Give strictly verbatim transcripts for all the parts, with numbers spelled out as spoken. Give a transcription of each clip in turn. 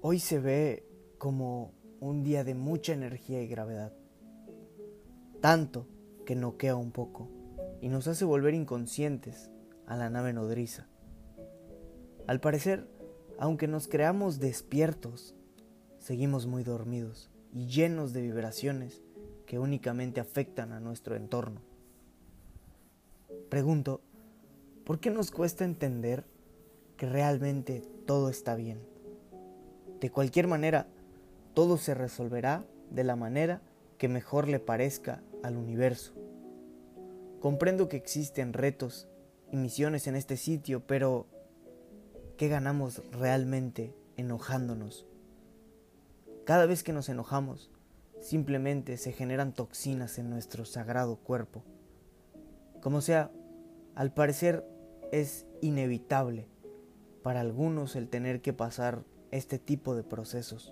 Hoy se ve como un día de mucha energía y gravedad, tanto que noquea un poco y nos hace volver inconscientes a la nave nodriza. Al parecer, aunque nos creamos despiertos, seguimos muy dormidos y llenos de vibraciones que únicamente afectan a nuestro entorno. Pregunto, ¿por qué nos cuesta entender que realmente todo está bien? De cualquier manera, todo se resolverá de la manera que mejor le parezca al universo. Comprendo que existen retos y misiones en este sitio, pero ¿qué ganamos realmente enojándonos? Cada vez que nos enojamos, simplemente se generan toxinas en nuestro sagrado cuerpo. Como sea, al parecer es inevitable para algunos el tener que pasar este tipo de procesos.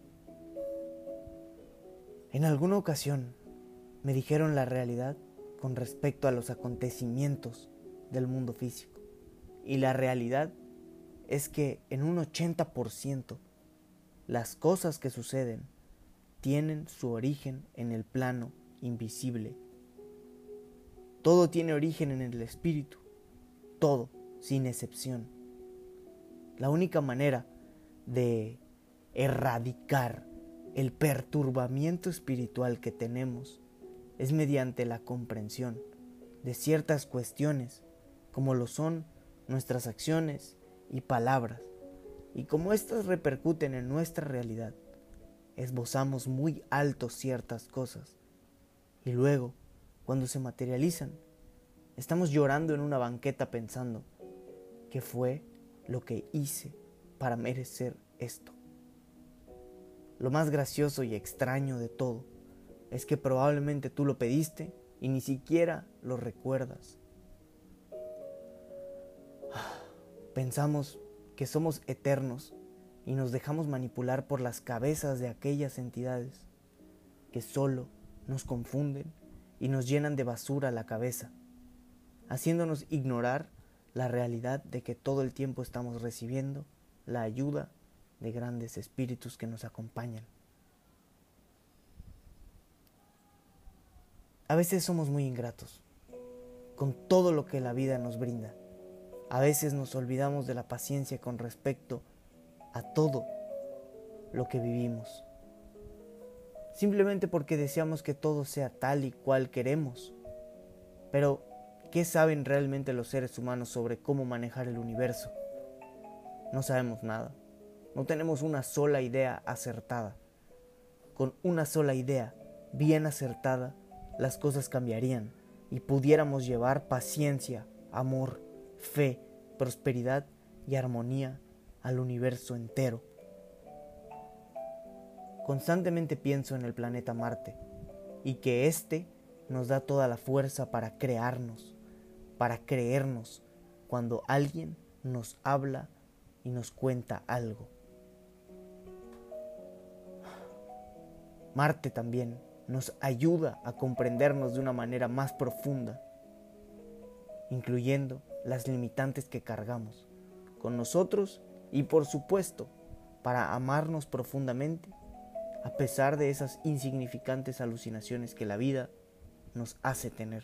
En alguna ocasión me dijeron la realidad con respecto a los acontecimientos del mundo físico. Y la realidad es que en un ochenta por ciento las cosas que suceden tienen su origen en el plano invisible. Todo tiene origen en el espíritu, todo, sin excepción. La única manera de erradicar el perturbamiento espiritual que tenemos es mediante la comprensión de ciertas cuestiones, como lo son nuestras acciones y palabras, y como éstas repercuten en nuestra realidad, esbozamos muy alto ciertas cosas, y luego, cuando se materializan, estamos llorando en una banqueta pensando, ¿qué fue lo que hice para merecer esto? Lo más gracioso y extraño de todo es que probablemente tú lo pediste y ni siquiera lo recuerdas. Pensamos que somos eternos y nos dejamos manipular por las cabezas de aquellas entidades que solo nos confunden y nos llenan de basura la cabeza, haciéndonos ignorar la realidad de que todo el tiempo estamos recibiendo la ayuda de grandes espíritus que nos acompañan. A veces somos muy ingratos con todo lo que la vida nos brinda. A veces nos olvidamos de la paciencia con respecto a todo lo que vivimos, simplemente porque deseamos que todo sea tal y cual queremos. Pero, ¿qué saben realmente los seres humanos sobre cómo manejar el universo? No sabemos nada. No tenemos una sola idea acertada. Con una sola idea bien acertada, las cosas cambiarían y pudiéramos llevar paciencia, amor, fe, prosperidad y armonía al universo entero. Constantemente pienso en el planeta Marte y que éste nos da toda la fuerza para crearnos, para creernos cuando alguien nos habla y nos cuenta algo. Marte también nos ayuda a comprendernos de una manera más profunda, incluyendo las limitantes que cargamos con nosotros y, por supuesto, para amarnos profundamente a pesar de esas insignificantes alucinaciones que la vida nos hace tener.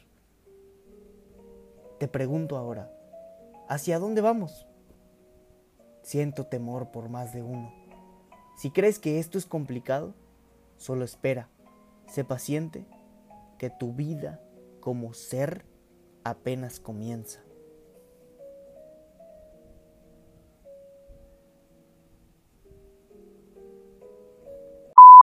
Te pregunto ahora, ¿hacia dónde vamos? Siento temor por más de uno. Si crees que esto es complicado, solo espera, sé paciente, que tu vida como ser apenas comienza.